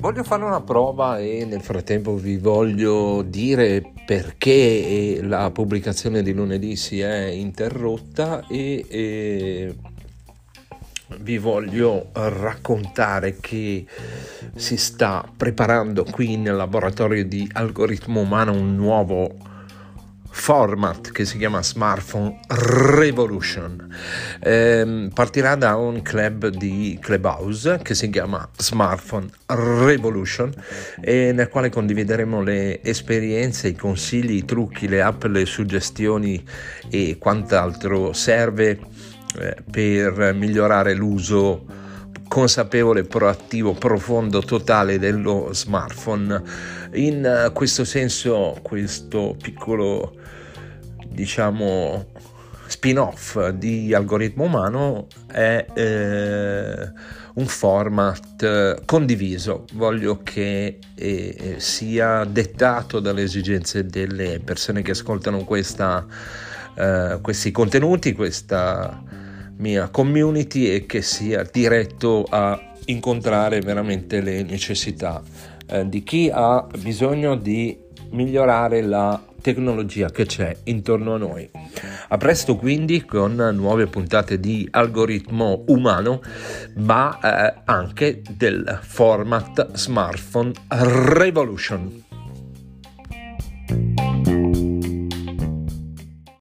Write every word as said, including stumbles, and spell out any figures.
voglio fare una prova e nel frattempo vi voglio dire perché la pubblicazione di lunedì si è interrotta e, e vi voglio raccontare che si sta preparando qui nel laboratorio di Algoritmo Umano un nuovo format che si chiama Smartphone Revolution. Eh, partirà da un club di Clubhouse che si chiama Smartphone Revolution e nel quale condivideremo le esperienze, i consigli, i trucchi, le app, le suggestioni e quant'altro serve eh, per migliorare l'uso consapevole, proattivo, profondo, totale dello smartphone. In questo senso, questo piccolo, diciamo, spin-off di Algoritmo Umano è eh, un format eh, condiviso. Voglio che eh, sia dettato dalle esigenze delle persone che ascoltano questa, eh, questi contenuti, questa mia community, e che sia diretto a incontrare veramente le necessità eh, di chi ha bisogno di migliorare la tecnologia che c'è intorno a noi. A presto quindi con nuove puntate di Algoritmo Umano, ma eh, anche del format Smartphone Revolution.